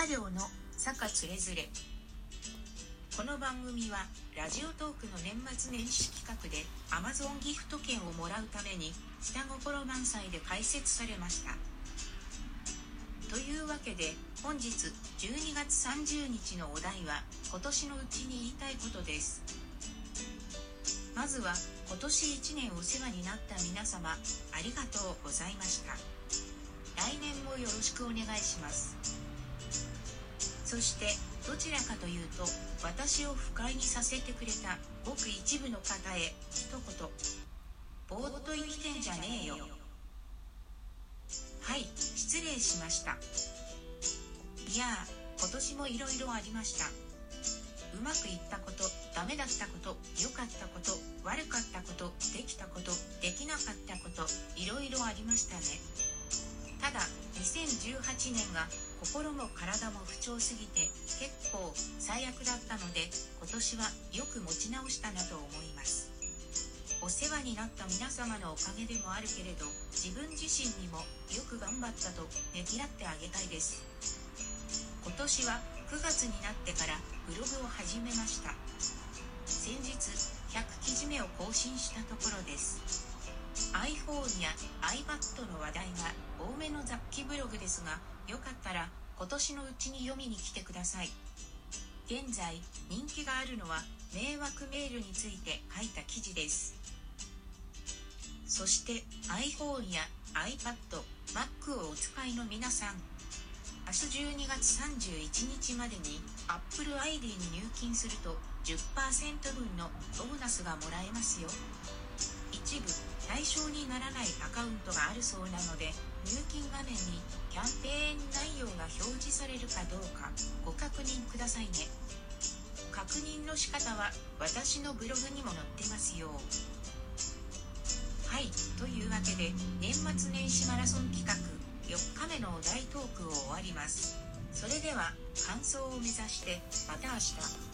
家寮の坂つれづれ。この番組はラジオトークの年末年始企画で Amazon ギフト券をもらうために下心満載で開設されました。というわけで本日12月30日のお題は今年のうちに言いたいことです。まずは今年1年お世話になった皆様ありがとうございました。来年もよろしくお願いします。そしてどちらかというと私を不快にさせてくれたごく一部の方へ一言、ぼーっと生きてんじゃねえよ。はい、失礼しました。いやー、今年もいろいろありました。うまくいったこと、ダメだったこと、良かったこと、悪かったこと、できたこと、できなかったこと、いろいろありましたね。ただ2018年が心も体も不調すぎて結構最悪だったので今年はよく持ち直したなと思います。お世話になった皆様のおかげでもあるけれど自分自身にもよく頑張ったとねぎらってあげたいです。今年は9月になってからブログを始めました。先日100記事目を更新したところです。iPhone や iPad の話題が多めの雑記ブログですが、よかったら今年のうちに読みに来てください。現在人気があるのは迷惑メールについて書いた記事です。そして iPhone や iPad、Mac をお使いの皆さん、明日12月31日までに Apple ID に入金すると 10% 分のボーナスがもらえますよ。一部対象にならないアカウントがあるそうなので入金画面にキャンペーン内容が表示されるかどうかご確認くださいね。確認の仕方は私のブログにも載ってますよ。はい、というわけで年末年始マラソン企画4日目のお題トークを終わります。それでは感想を目指してまた明日。